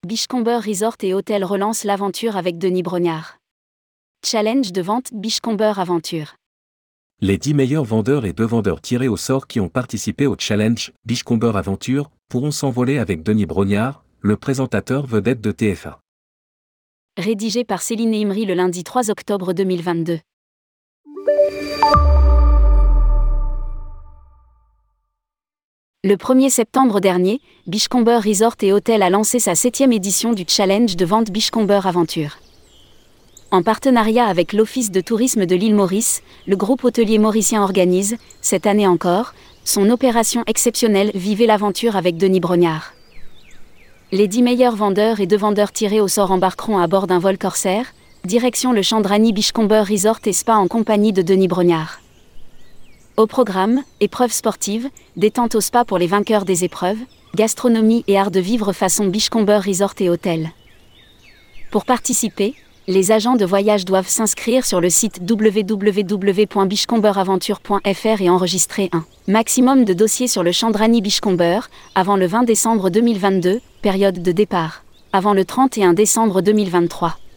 Beachcomber Resort et Hôtel relance l'aventure avec Denis Brognard. Challenge de vente Beachcomber Aventure. Les 10 meilleurs vendeurs et 2 vendeurs tirés au sort qui ont participé au challenge Beachcomber Aventure pourront s'envoler avec Denis Brognard, le présentateur vedette de TF1. Rédigé par Céline Imri le lundi 3 octobre 2022. Le 1er septembre dernier, Beachcomber Resort et Hôtel a lancé sa 7e édition du challenge de vente Beachcomber Aventure. En partenariat avec l'Office de tourisme de l'île Maurice, le groupe hôtelier mauricien organise, cette année encore, son opération exceptionnelle Vivez l'aventure avec Denis Brognard. Les 10 meilleurs vendeurs et 2 vendeurs tirés au sort embarqueront à bord d'un vol corsaire, direction le Chandrani Beachcomber Resort et Spa en compagnie de Denis Brognard. Au programme, épreuves sportives, détente au spa pour les vainqueurs des épreuves, gastronomie et art de vivre façon Beachcomber Resort et Hôtel. Pour participer, les agents de voyage doivent s'inscrire sur le site www.beachcomberaventure.fr et enregistrer un maximum de dossiers sur le Chandrani Beachcomber, avant le 20 décembre 2022, période de départ, avant le 31 décembre 2023.